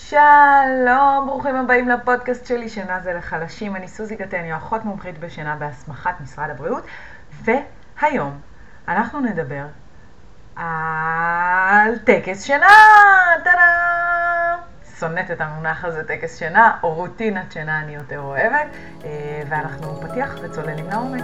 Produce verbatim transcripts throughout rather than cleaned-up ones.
שלום, ברוכים הבאים לפודקאסט שלי, שינה זה לחלשים. אני סוזי גטניו, אחות מומחית בשינה בהסמכת משרד הבריאות, והיום אנחנו נדבר על טקס שינה. טאדה! שונאת את המונח הזה, טקס שינה, או רוטינת שינה אני יותר אוהבת, ואנחנו פתיח וצוללים לעומק.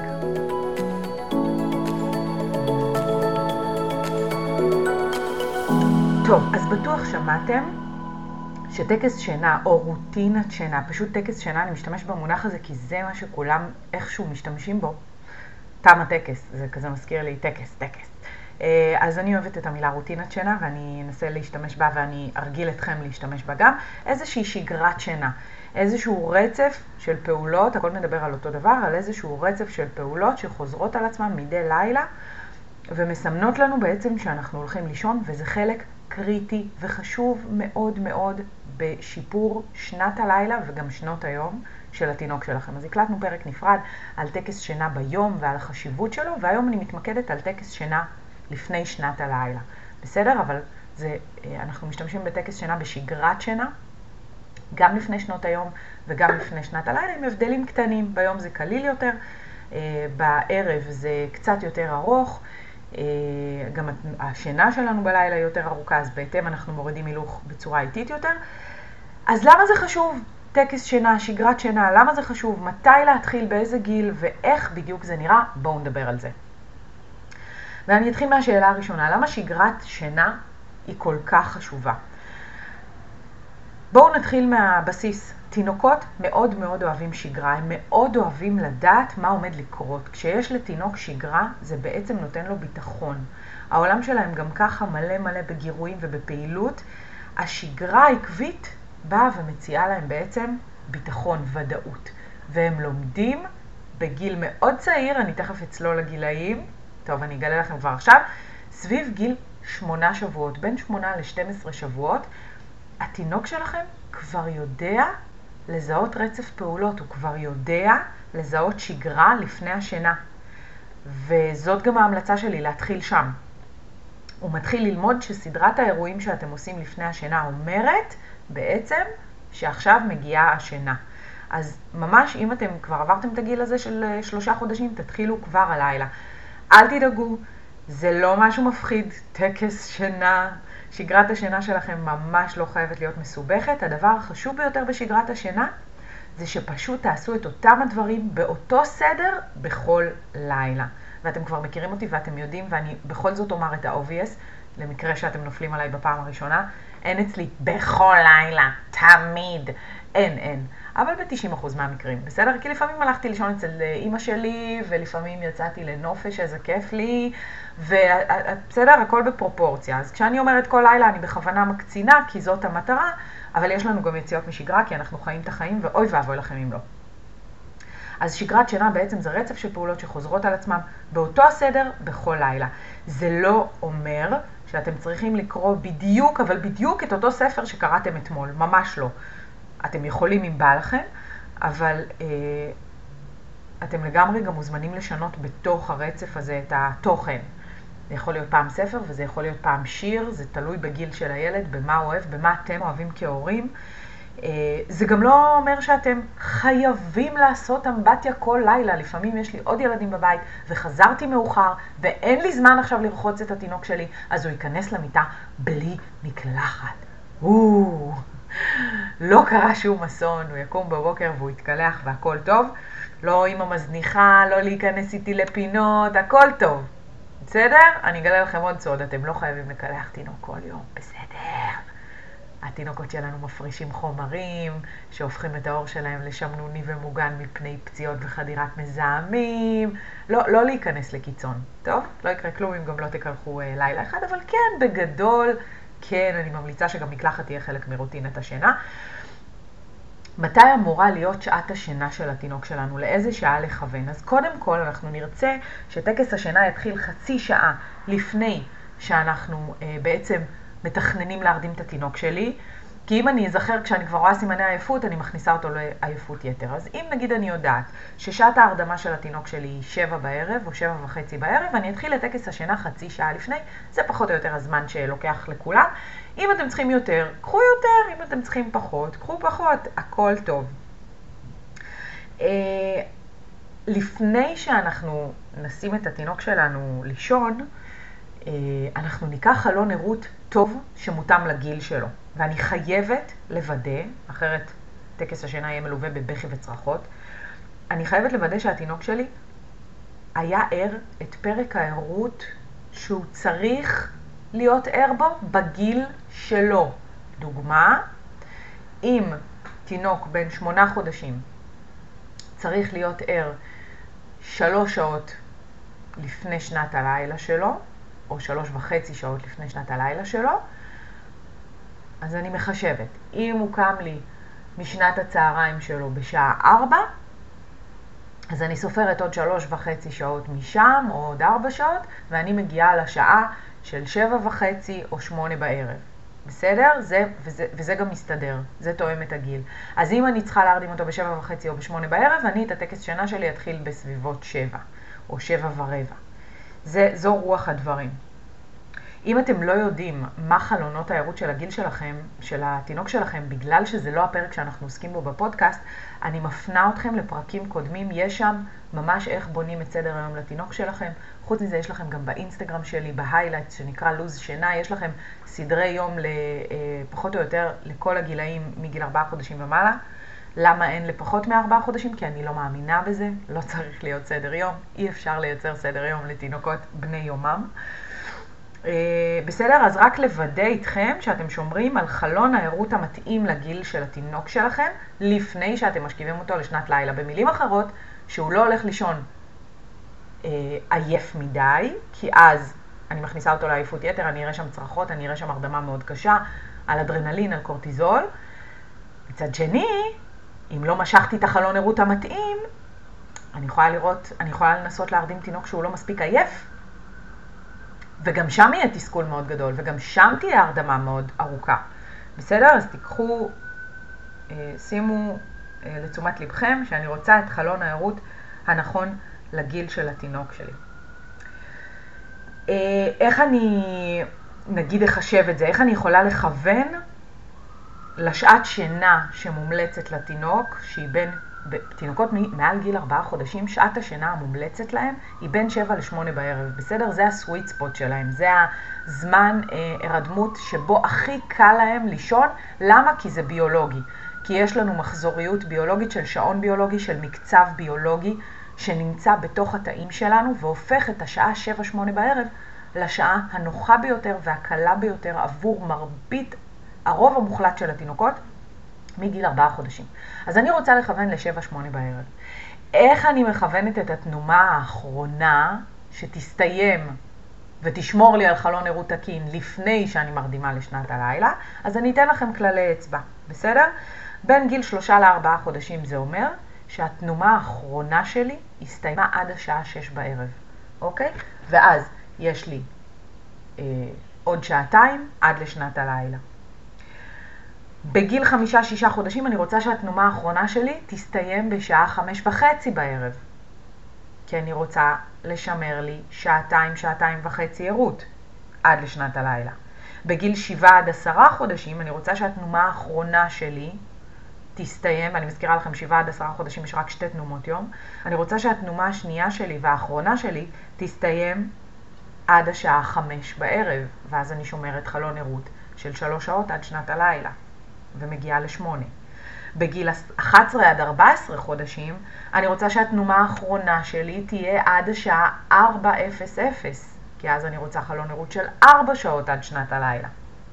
טוב, אז בטוח שמעתם שטקס שינה או רוטינת שינה, פשוט טקס שינה, אני משתמש במונח הזה כי זה מה שכולם איכשהו משתמשים בו. תם הטקס, זה כזה מזכיר לי טקס, טקס. אז אני אוהבת את המילה רוטינת שינה ואני אנסה להשתמש בה ואני ארגיל אתכם להשתמש בה גם. איזושהי שגרת שינה, איזשהו רצף של פעולות, הכל מדבר על אותו דבר, על איזשהו רצף של פעולות שחוזרות על עצמם מדי לילה ומסמנות לנו בעצם שאנחנו הולכים לישון, וזה חלק קריטי וחשוב מאוד מאוד בשיפור שנת הלילה וגם שנות היום של התינוק שלכם. אז הקלטנו פרק נפרד על טקס שינה ביום ועל החשיבות שלו, והיום אני מתמקדת על טקס שינה לפני שנת הלילה. בסדר? אבל זה, אנחנו משתמשים בטקס שינה בשגרת שינה, גם לפני שנות היום וגם לפני שנת הלילה, עם הבדלים קטנים. ביום זה קליל יותר, בערב זה קצת יותר ארוך, גם השינה שלנו בלילה יותר ארוכה, אז בהתאם אנחנו מורידים הילוך בצורה איטית יותר. אז למה זה חשוב? טקס שינה, שגרת שינה, למה זה חשוב? מתי להתחיל, באיזה גיל ואיך בדיוק זה נראה? בואו נדבר על זה. ואני אתחיל מהשאלה הראשונה, למה שגרת שינה היא כל כך חשובה? בואו נתחיל מהבסיס. תינוקות מאוד מאוד אוהבים שגרה, הם מאוד אוהבים לדעת מה עומד לקרות. כשיש לתינוק שגרה, זה בעצם נותן לו ביטחון. העולם שלהם גם ככה מלא מלא בגירויים ובפעילות. השגרה העקבית באה ומציעה להם בעצם ביטחון, ודאות. והם לומדים בגיל מאוד צעיר, אני תכף אצלול לגילאים, טוב אני אגלה לכם כבר עכשיו, סביב גיל שמונה שבועות, בין שמונה ל-שתים עשרה שבועות, התינוק שלכם כבר יודע לזהות רצף פעולות, הוא כבר יודע לזהות שגרה לפני השינה. וזאת גם ההמלצה שלי, להתחיל שם. הוא מתחיל ללמוד שסדרת האירועים שאתם עושים לפני השינה אומרת בעצם שעכשיו מגיעה השינה. אז ממש אם אתם כבר עברתם את הגיל הזה של שלושה חודשים, תתחילו כבר הלילה. אל תדאגו, זה לא משהו מפחיד, טקס שינה, שגרת השינה שלכם ממש לא חייבת להיות מסובכת. הדבר החשוב ביותר בשגרת השינה זה שפשוט תעשו את אותם הדברים באותו סדר בכל לילה. ואתם כבר מכירים אותי ואתם יודעים, ואני בכל זאת אומר את ה-obvious, למקרה שאתם נופלים עליי בפעם הראשונה, אין אצלי בכל לילה, תמיד, אין, אין. אבל ב-תשעים אחוז מהמקרים, בסדר? כי לפעמים הלכתי לישון אצל אמא שלי, ולפעמים יצאתי לנופש, איזה כיף לי, ובסדר, הכל בפרופורציה. אז כשאני אומרת כל לילה, אני בכוונה מקצינה, כי זאת המטרה, אבל יש לנו גם יציאות משגרה, כי אנחנו חיים את החיים, ואוי ואבוי לכם אם לא. אז שגרת שינה בעצם זה רצף של פעולות שחוזרות על עצמם באותו הסדר בכל לילה. זה לא אומר שאתם צריכים לקרוא בדיוק, אבל בדיוק את אותו ספר שקראתם אתמול, ממש לא. אתם יכולים אם בא לכם, אבל אה, אתם לגמרי גם מוזמנים לשנות בתוך הרצף הזה את התוכן. זה יכול להיות פעם ספר וזה יכול להיות פעם שיר, זה תלוי בגיל של הילד, במה הוא אוהב, במה אתם אוהבים כהורים. אה, זה גם לא אומר שאתם חייבים לעשות אמבטיה כל לילה. לפעמים יש לי עוד ילדים בבית וחזרתי מאוחר ואין לי זמן עכשיו לרחוץ את התינוק שלי, אז הוא ייכנס למיטה בלי מקלחת. וואו! לא קרה שום אסון, הוא יקום בבוקר והוא יתקלח והכל טוב. לא אמא מזניחה, לא להיכנס איתי לפינות, הכל טוב. בסדר? אני אגלה לכם עוד סוד, אתם לא חייבים לקלח תינוק כל יום. בסדר. התינוקות שלנו מפרישים חומרים שהופכים את האור שלהם לשמנוני ומוגן מפני פציעות וחדירת מזהמים. לא, לא להיכנס לקיצון. טוב? לא יקרה כלום אם גם לא תקלחו אה, לילה אחד, אבל כן, בגדול, כן, אני ממליצה שגם מקלחת תהיה חלק מרוטינת השינה. מתי אמורה להיות שעת השינה של התינוק שלנו? לאיזה שעה לכוון? אז קודם כל אנחנו נרצה שטקס השינה יתחיל חצי שעה לפני שאנחנו אה, בעצם מתכננים להרדים את התינוק שלי. כי אם אני אזכר כשאני כבר רואה סימני עייפות, אני מכניסה אותו לעייפות יתר. אז אם נגיד אני יודעת ששעת ההרדמה של התינוק שלי היא שבע בערב או שבע וחצי בערב, אני אתחיל לטקס השינה חצי שעה לפני, זה פחות או יותר הזמן שלוקח לכולם. אם אתם צריכים יותר, קחו יותר, אם אתם צריכים פחות, קחו פחות, הכל טוב. לפני שאנחנו נשים את התינוק שלנו לישון, אנחנו ניקח חלון ערות טוב שמותאם לגיל שלו. ואני חייבת לוודא, אחרת טקס השינה יהיה מלווה בבכי וצרחות, אני חייבת לוודא שהתינוק שלי היה ער את פרק הערות שהוא צריך להיות ער בו בגיל שלו. דוגמה, אם תינוק בן שמונה חודשים צריך להיות ער שלוש שעות לפני שנת הלילה שלו, או שלוש וחצי שעות לפני שנת הלילה שלו, אז אני מחשבת. אם הוא קם לי משנת הצהריים שלו בשעה ארבע, אז אני סופרת עוד שלוש וחצי שעות משם, או עוד ארבע שעות, ואני מגיעה לשעה של שבע וחצי או שמונה בערב. בסדר? זה, וזה, וזה גם מסתדר. זה תואם את הגיל. אז אם אני צריכה להרדים אותו בשבע וחצי או בשמונה בערב, אני את הטקס שינה שלי אתחיל בסביבות שבע, או שבע ורבע. זה, זו רוח הדברים. אם אתם לא יודעים מה חלונות הערות של הגיל שלכם, של התינוק שלכם, בגלל שזה לא הפרק שאנחנו עוסקים בו בפודקאסט, אני מפנה אתכם לפרקים קודמים. יש שם ממש איך בונים את סדר היום לתינוק שלכם. חוץ מזה יש לכם גם באינסטגרם שלי, בהיילייט שנקרא לוז שינה, יש לכם סדרי יום לפחות או יותר לכל הגילאים מגיל ארבעה חודשים ומעלה. למה אין לפחות מארבעה חודשים? כי אני לא מאמינה בזה, לא צריך להיות סדר יום, אי אפשר לייצר סדר יום לתינוקות בני יומם. בסדר, אז רק לוודא איתכם שאתם שומרים על חלון הערות המתאים לגיל של התינוק שלכם, לפני שאתם משכיבים אותו לשנת לילה. במילים אחרות, שהוא לא הולך לישון אה, עייף מדי, כי אז אני מכניסה אותו לעייפות יתר, אני אראה שם צרחות, אני אראה שם הרדמה מאוד קשה, על אדרנלין, על קורטיזול. מצד שני, אם לא משכתי את החלון ערות המתאים, אני יכולה לראות, אני יכולה לנסות להרדים תינוק שהוא לא מספיק עייף, וגם שם יהיה תסכול מאוד גדול, וגם שם תהיה הרדמה מאוד ארוכה. בסדר? אז תיקחו, שימו לתשומת לבכם, שאני רוצה את חלון הערות הנכון לגיל של התינוק שלי. איך אני, נגיד, אחשב את זה? איך אני יכולה לכוון לשעת שינה שמומלצת לתינוק, שהיא בין, תינוקות מעל גיל ארבעה חודשים, שעת השינה המומלצת להם היא בין שבע לשמונה בערב. בסדר? זה הסוויט ספוט שלהם. זה הזמן הרדמות שבו הכי קל להם לישון. למה? כי זה ביולוגי. כי יש לנו מחזוריות ביולוגית של שעון ביולוגי, של מקצב ביולוגי, שנמצא בתוך התאים שלנו, והופך את השעה שבע שמונה בערב לשעה הנוחה ביותר והקלה ביותר עבור מרבית הרוב המוחלט של התינוקות מגיל ארבעה חודשים. אז אני רוצה לכוון ל-שבע שמונה בערב. איך אני מכוונת את התנומה האחרונה שתסתיים ותשמור לי על חלון ערות תקין לפני שאני מרדימה לשנת הלילה? אז אני אתן לכם כללי אצבע, בסדר? בין גיל שלושה לארבעה חודשים זה אומר שהתנומה האחרונה שלי הסתיימה עד השעה שש בערב, אוקיי? ואז יש לי אה, עוד שעתיים עד לשנת הלילה. בגיל חמישה שישה חודשים אני רוצה שהתנומה האחרונה שלי תסתיים בשעה חמש וחצי בערב. כי אני רוצה לשמר לי שעתיים, שעתיים וחצי ערות עד לשנת הלילה. בגיל שבעה עד עשרה חודשים אני רוצה שהתנומה האחרונה שלי תסתיים, אני מזכירה לכם שבעה עד עשרה חודשים יש רק שתי תנומות יום, אני רוצה שהתנומה השנייה שלי והאחרונה שלי תסתיים עד השעה חמש בערב, ואז אני שומרת חלון ערות של שלוש שעות עד שנת הלילה. ומגיעה לשמונה. בגיל אחת עשרה עד ארבע עשרה חודשים, אני רוצה שהתנומה האחרונה שלי תהיה עד השעה ארבע אפס אפס, כי אז אני רוצה חלון ערות של ארבע שעות עד שנת הלילה.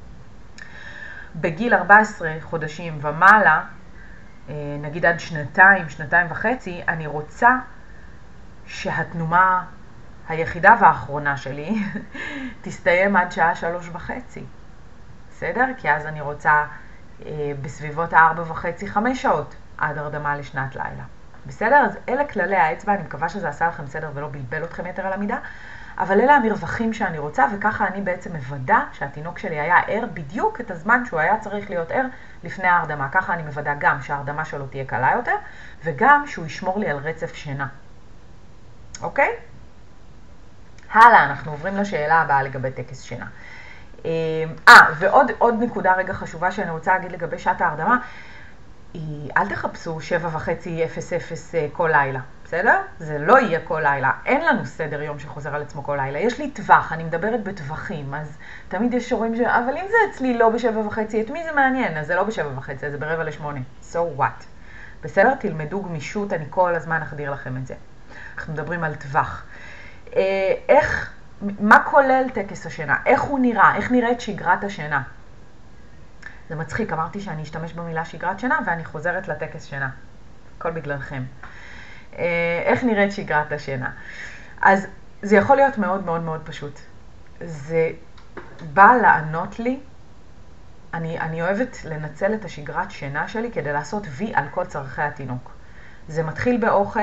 בגיל ארבע עשרה חודשים ומעלה, נגיד עד שנתיים, שנתיים וחצי, אני רוצה שהתנומה היחידה והאחרונה שלי תסתיים עד שעה שלוש וחצי. בסדר? כי אז אני רוצה בסביבות הארבע וחצי, חמש שעות עד הרדמה לשנת לילה. בסדר? אז אלה כללי האצבע, אני מקווה שזה עשה לכם סדר ולא בלבל אתכם יותר על המידה. אבל אלה המרווחים שאני רוצה, וככה אני בעצם מוודא שהתינוק שלי היה ער בדיוק את הזמן שהוא היה צריך להיות ער לפני ההרדמה. ככה אני מוודא גם שההרדמה שלו תהיה קלה יותר, וגם שהוא ישמור לי על רצף שינה. אוקיי? הלאה, אנחנו עוברים לשאלה הבאה לגבי טקס שינה. אה, ועוד עוד נקודה רגע חשובה שאני רוצה להגיד לגבי שעת ההרדמה, היא, אל תחפשו שבע וחצי אפס אפס כל לילה, בסדר? זה לא יהיה כל לילה. אין לנו סדר יום שחוזר על עצמו כל לילה. יש לי טווח, אני מדברת בטווחים, אז תמיד יש הורים ש... אבל אם זה אצלי לא בשבע וחצי, את מי זה מעניין? אז זה לא בשבע וחצי, זה ברבע לשמונה. So what? בסדר? תלמדו גמישות, אני כל הזמן אחדיר לכם את זה. אנחנו מדברים על טווח. איך, מה כולל טקס השינה? איך הוא נראה? איך נראית שגרת השינה? זה מצחיק, אמרתי שאני אשתמש במילה שגרת שינה, ואני חוזרת לטקס שינה. הכל בגללכם. איך נראית שגרת השינה? אז זה יכול להיות מאוד מאוד מאוד פשוט. זה בא לענות לי, אני, אני אוהבת לנצל את השגרת שינה שלי כדי לעשות וי על כל צרכי התינוק. זה מתחיל באוכל,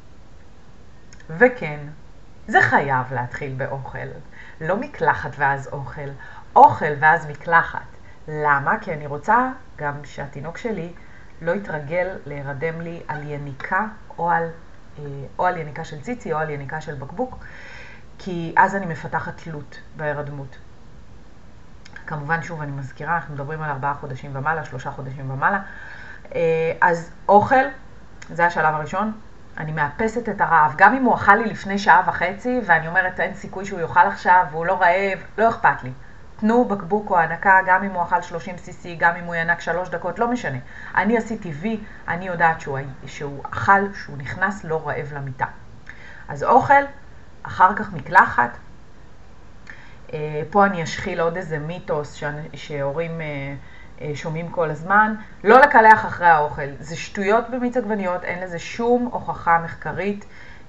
וכן, זה חייב להתחיל באוכל. לא מקלחת ואז אוכל, אוכל ואז מקלחת. למה? כי אני רוצה גם שהתינוק שלי לא יתרגל להירדם לי על יניקה או על, או על יניקה של ציצי או על יניקה של בקבוק, כי אז אני מפתחת תלות בהירדמות. כמובן, שוב, אני מזכירה, אנחנו מדברים על ארבעה חודשים ומעלה, שלושה חודשים ומעלה. אז אוכל, זה השלב הראשון. אני מאפסת את הרעב, גם אם הוא אכל לי לפני שעה וחצי, ואני אומרת, אין סיכוי שהוא יאכל עכשיו, והוא לא רעב, לא אכפת לי. תנו בקבוק או הנקה, גם אם הוא אכל שלושים סי סי, גם אם הוא ינק שלוש דקות, לא משנה. אני עשיתי וי, אני יודעת שהוא, שהוא אכל, שהוא נכנס לא רעב למיטה. אז אוכל, אחר כך מקלחת. פה אני אשחיל עוד איזה מיתוס שהורים שומעים כל הזמן. לא לקלח אחרי האוכל. זה שטויות במיץ עגבניות, אין לזה שום הוכחה מחקרית.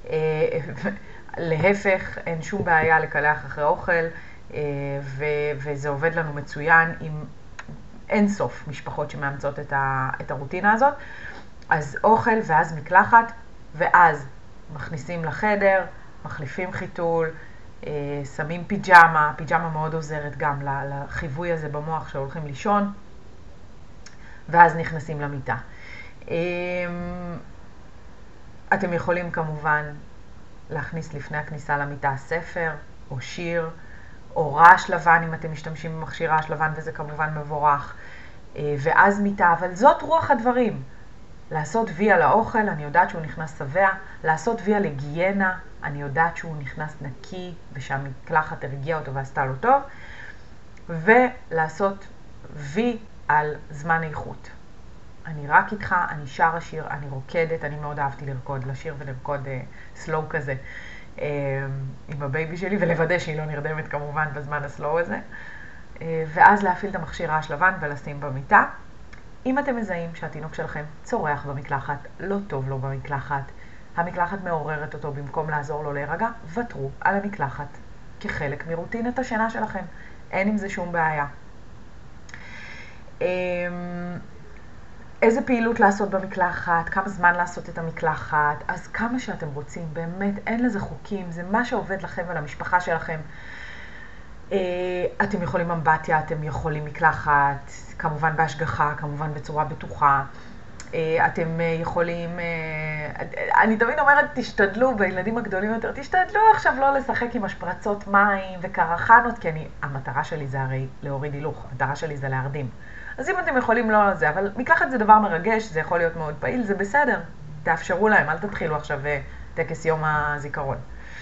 להפך, אין שום בעיה לקלח אחרי אוכל. וזה עובד לנו מצוין עם אין סוף משפחות שמאמצות את הרוטינה הזאת. אז אוכל ואז מקלחת, ואז מכניסים לחדר, מחליפים חיתול, שמים פיג'מה, פיג'מה מאוד עוזרת גם לחיווי הזה במוח שהולכים לישון, ואז נכנסים למיטה. אתם יכולים כמובן להכניס לפני הכניסה למיטה ספר או שיר, או רעש לבן אם אתם משתמשים במכשיר רעש לבן, וזה כמובן מבורך, ואז מיטה, אבל זאת רוח הדברים. לעשות וי על האוכל, אני יודעת שהוא נכנס שבע, לעשות וי על היגיינה, אני יודעת שהוא נכנס נקי, ושהמקלחת הרגיעה אותו ועשתה לו טוב, ולעשות וי על זמן איכות. אני רק איתך, אני שר השיר, אני רוקדת, אני מאוד אהבתי לרקוד, לשיר ולרקוד סלואו כזה. עם הבייבי שלי, ולוודא שהיא לא נרדמת כמובן בזמן הסלואו הזה, ואז להפעיל את המכשיר רעש לבן ולשים במיטה. אם אתם מזהים שהתינוק שלכם צורח במקלחת, לא טוב לו במקלחת, המקלחת מעוררת אותו במקום לעזור לו להירגע, ותרו על המקלחת כחלק מרוטינת השינה שלכם. אין עם זה שום בעיה. איזה פעילות לעשות במקלחת, כמה זמן לעשות את המקלחת, אז כמה שאתם רוצים, באמת אין לזה חוקים, זה מה שעובד לכם ולמשפחה שלכם. אתם יכולים אמבטיה, אתם יכולים מקלחת, כמובן בהשגחה, כמובן בצורה בטוחה. אתם יכולים, אני תמיד אומרת, תשתדלו, בילדים הגדולים יותר, תשתדלו עכשיו לא לשחק עם השפרצות מים וקרחנות, כי אני, המטרה שלי זה הרי להוריד הילוך, המטרה שלי זה להרדים. אז אם אתם יכולים לא על זה, אבל מקלחת זה דבר מרגש, זה יכול להיות מאוד פעיל, זה בסדר. תאפשרו להם, אל תתחילו עכשיו טקס יום הזיכרון.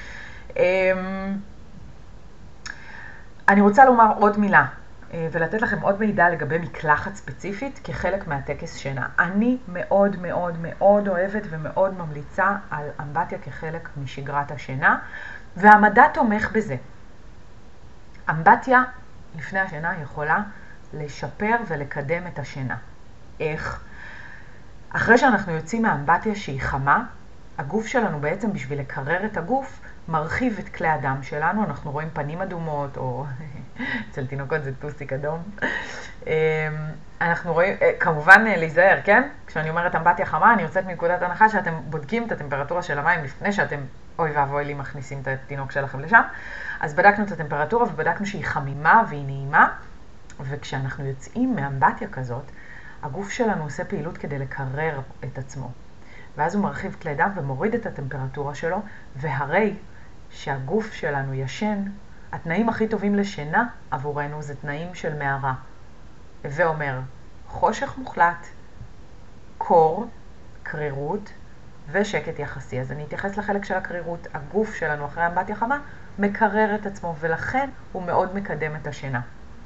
אני רוצה לומר עוד מילה, ולתת לכם עוד מידע לגבי מקלחת ספציפית כחלק מהטקס שינה. אני מאוד מאוד מאוד אוהבת ומאוד ממליצה על אמבטיה כחלק משגרת השינה, והמדע תומך בזה. אמבטיה לפני השינה יכולה לשפר ולקדם את השינה. איך? אחרי שאנחנו יוצאים מהאמבטיה שהיא חמה, הגוף שלנו בעצם בשביל לקרר את הגוף, מרחיב את כלי הדם שלנו, אנחנו רואים פנים אדומות, או אצל תינוקות זה טוסיק אדום. אנחנו רואים, כמובן להיזהר, כן? כשאני אומרת אמבטיה חמה, אני יוצאת מנקודת הנחה שאתם בודקים את הטמפרטורה של המים לפני שאתם אוי ואבוי לי מכניסים את התינוק שלכם לשם. אז בדקנו את הטמפרטורה ובדקנו שהיא חמימה והיא נעימה, וכשאנחנו יוצאים מאמבטיה כזאת, הגוף שלנו עושה פעילות כדי לקרר את עצמו. ואז הוא מרחיב כלי דם ומוריד את הטמפרטורה שלו, והרי שהגוף שלנו ישן, התנאים הכי טובים לשינה עבורנו זה תנאים של מערה. ואומר, חושך מוחלט, קור, קרירות ושקט יחסי. אז אני אתייחס לחלק של הקרירות. הגוף שלנו אחרי אמבטיה חמה מקרר את עצמו, ולכן הוא מאוד מקדם את השינה.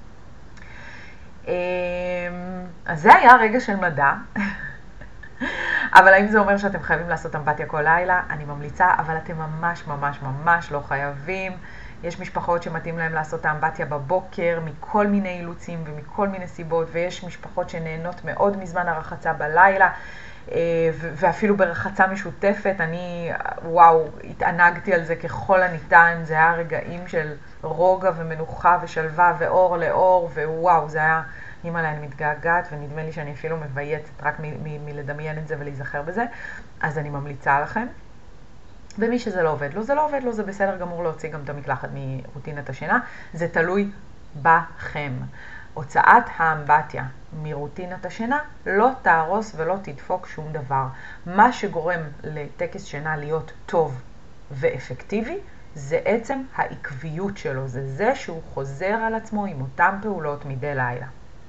אז זה היה רגע של מדע. אבל האם זה אומר שאתם חייבים לעשות אמבטיה כל לילה? אני ממליצה, אבל אתם ממש ממש ממש לא חייבים. יש משפחות שמתאים להם לעשות האמבטיה בבוקר מכל מיני אילוצים ומכל מיני סיבות, ויש משפחות שנהנות מאוד מזמן הרחצה בלילה, ואפילו ברחצה משותפת. אני, וואו, התענגתי על זה ככל הניתן. זה היה רגעים של רוגע ומנוחה ושלווה ואור לאור, ווואו, זה היה, אימא לה, אני מתגעגעת, ונדמה לי שאני אפילו מבייצת רק מלדמיין את זה ולהיזכר בזה. אז אני ממליצה לכם. ומי שזה לא עובד לו, זה לא עובד לו, זה בסדר גמור להוציא גם את המקלחת מרוטינת השינה. זה תלוי בכם. הוצאת האמבטיה מרוטינת השינה לא תהרוס ולא תדפוק שום דבר. מה שגורם לטקס שינה להיות טוב ואפקטיבי, זה עצם העקביות שלו. זה זה שהוא חוזר על עצמו עם אותם פעולות מדי לילה.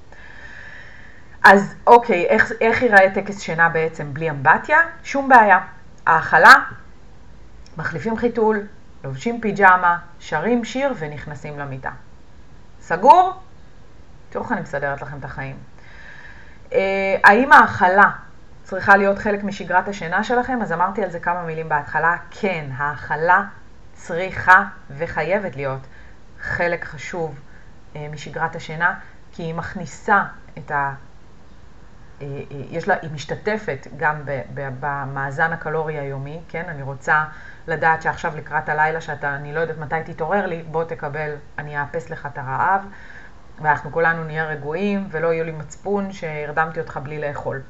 אז אוקיי, איך, איך ייראה טקס שינה בעצם בלי אמבטיה? שום בעיה. האכלה, מחליפים חיתול, לובשים פיג'מה, שרים שיר ונכנסים למיטה. סגור? תראו איך אני מסדרת לכם את החיים. אה, האם האכלה צריכה להיות חלק משגרת השינה שלכם? אז אמרתי על זה כמה מילים בהתחלה. כן, האכלה צריכה וחייבת להיות חלק חשוב אה, משגרת השינה, כי היא מכניסה את ה... יש לה, היא משתתפת גם במאזן הקלורי היומי, כן? אני רוצה לדעת שעכשיו לקראת הלילה, שאתה, אני לא יודעת מתי תתעורר לי, בוא תקבל, אני אאפס לך את הרעב, ואנחנו כולנו נהיה רגועים, ולא יהיו לי מצפון שהרדמתי אותך בלי לאכול.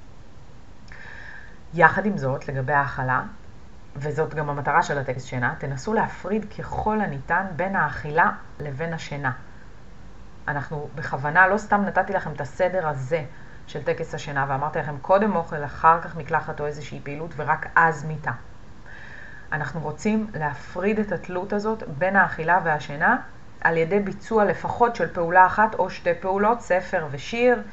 יחד עם זאת, לגבי האכלה, וזאת גם המטרה של הטקס שינה, תנסו להפריד ככל הניתן בין האכילה לבין השינה. אנחנו בכוונה, לא סתם נתתי לכם את הסדר הזה, של טקס השינה, ואמרתי לכם קודם אוכל, אחר כך מקלחת או איזושהי פעילות, ורק אז מיטה. אנחנו רוצים להפריד את התלות הזאת בין האכילה והשינה, על ידי ביצוע לפחות של פעולה אחת או שתי פעולות, ספר ושיר,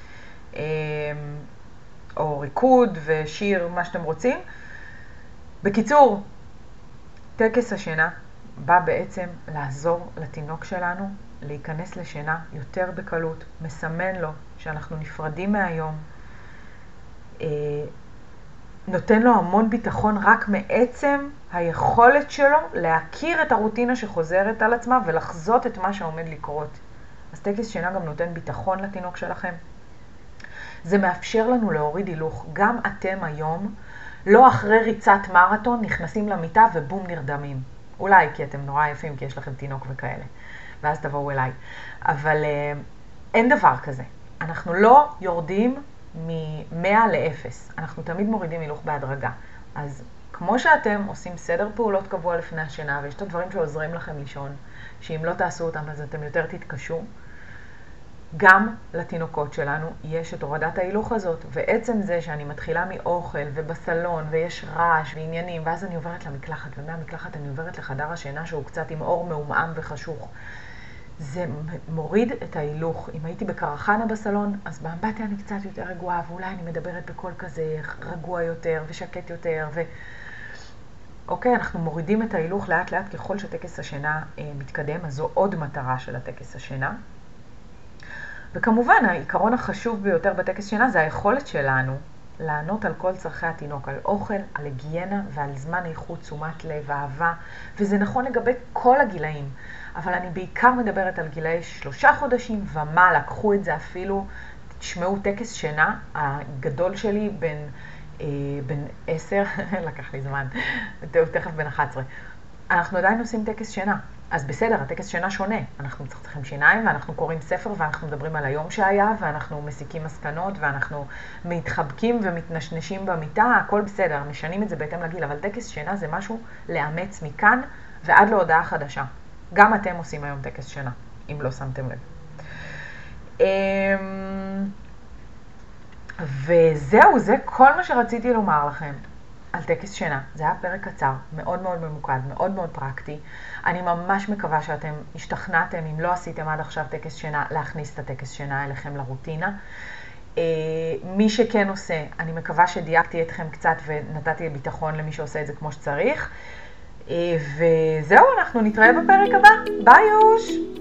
או ריקוד ושיר, מה שאתם רוצים. בקיצור, טקס השינה בא בעצם לעזור לתינוק שלנו להיכנס לשינה יותר בקלות, מסמן לו שאנחנו נפרדים מהיום, אה, נותן לו המון ביטחון רק מעצם היכולת שלו להכיר את הרוטינה שחוזרת על עצמה ולחזות את מה שעומד לקרות. אז טקס שינה גם נותן ביטחון לתינוק שלכם. זה מאפשר לנו להוריד הילוך. גם אתם היום, לא אחרי ריצת מרתון, נכנסים למיטה ובום נרדמים. אולי כי אתם נורא יפים, כי יש לכם תינוק וכאלה. ואז תבואו אליי. אבל אה, אין דבר כזה. אנחנו לא יורדים מ-מאה ל-אפס. אנחנו תמיד מורידים הילוך בהדרגה. אז כמו שאתם עושים סדר פעולות קבוע לפני השינה, ויש את הדברים שעוזרים לכם לישון, שאם לא תעשו אותם אז אתם יותר תתקשו, גם לתינוקות שלנו יש את הורדת ההילוך הזאת, ועצם זה שאני מתחילה מאוכל ובסלון ויש רעש ועניינים, ואז אני עוברת למקלחת, ומהמקלחת אני עוברת לחדר השינה שהוא קצת עם אור מעומעם וחשוך. זה מוריד את ההילוך. אם הייתי בקרחנה בסלון, אז באמבטיה אני קצת יותר רגועה, ואולי אני מדברת בקול כזה רגוע יותר ושקט יותר, ו... אוקיי, אנחנו מורידים את ההילוך לאט לאט ככל שטקס השינה אה, מתקדם, אז זו עוד מטרה של הטקס השינה. וכמובן, העיקרון החשוב ביותר בטקס שינה זה היכולת שלנו לענות על כל צרכי התינוק, על אוכל, על היגיינה ועל זמן איכות, תשומת לב, אהבה, וזה נכון לגבי כל הגילאים. אבל אני בעיקר מדברת על גילאי שלושה חודשים ומה, לקחו את זה אפילו, תשמעו טקס שינה, הגדול שלי בין, אה, בין עשר, לקח לי זמן, תכף בין אחת עשרה. אנחנו עדיין עושים טקס שינה. אז בסדר, הטקס שינה שונה. אנחנו מצחצחים שיניים ואנחנו קוראים ספר ואנחנו מדברים על היום שהיה ואנחנו מסיקים מסקנות ואנחנו מתחבקים ומתנשנשים במיטה, הכל בסדר, משנים את זה בהתאם לגיל, אבל טקס שינה זה משהו לאמץ מכאן ועד להודעה חדשה. גם אתם עושים היום טקס שינה, אם לא שמתם לב. וזהו, זה כל מה שרציתי לומר לכם על טקס שינה. זה היה פרק קצר, מאוד מאוד ממוקד, מאוד מאוד פרקטי. אני ממש מקווה שאתם השתכנעתם, אם לא עשיתם עד עכשיו טקס שינה, להכניס את הטקס שינה אליכם לרוטינה. מי שכן עושה, אני מקווה שדייקתי אתכם קצת ונתתי ביטחון למי שעושה את זה כמו שצריך. וזהו, אנחנו נתראה בפרק הבא. ביי יוש!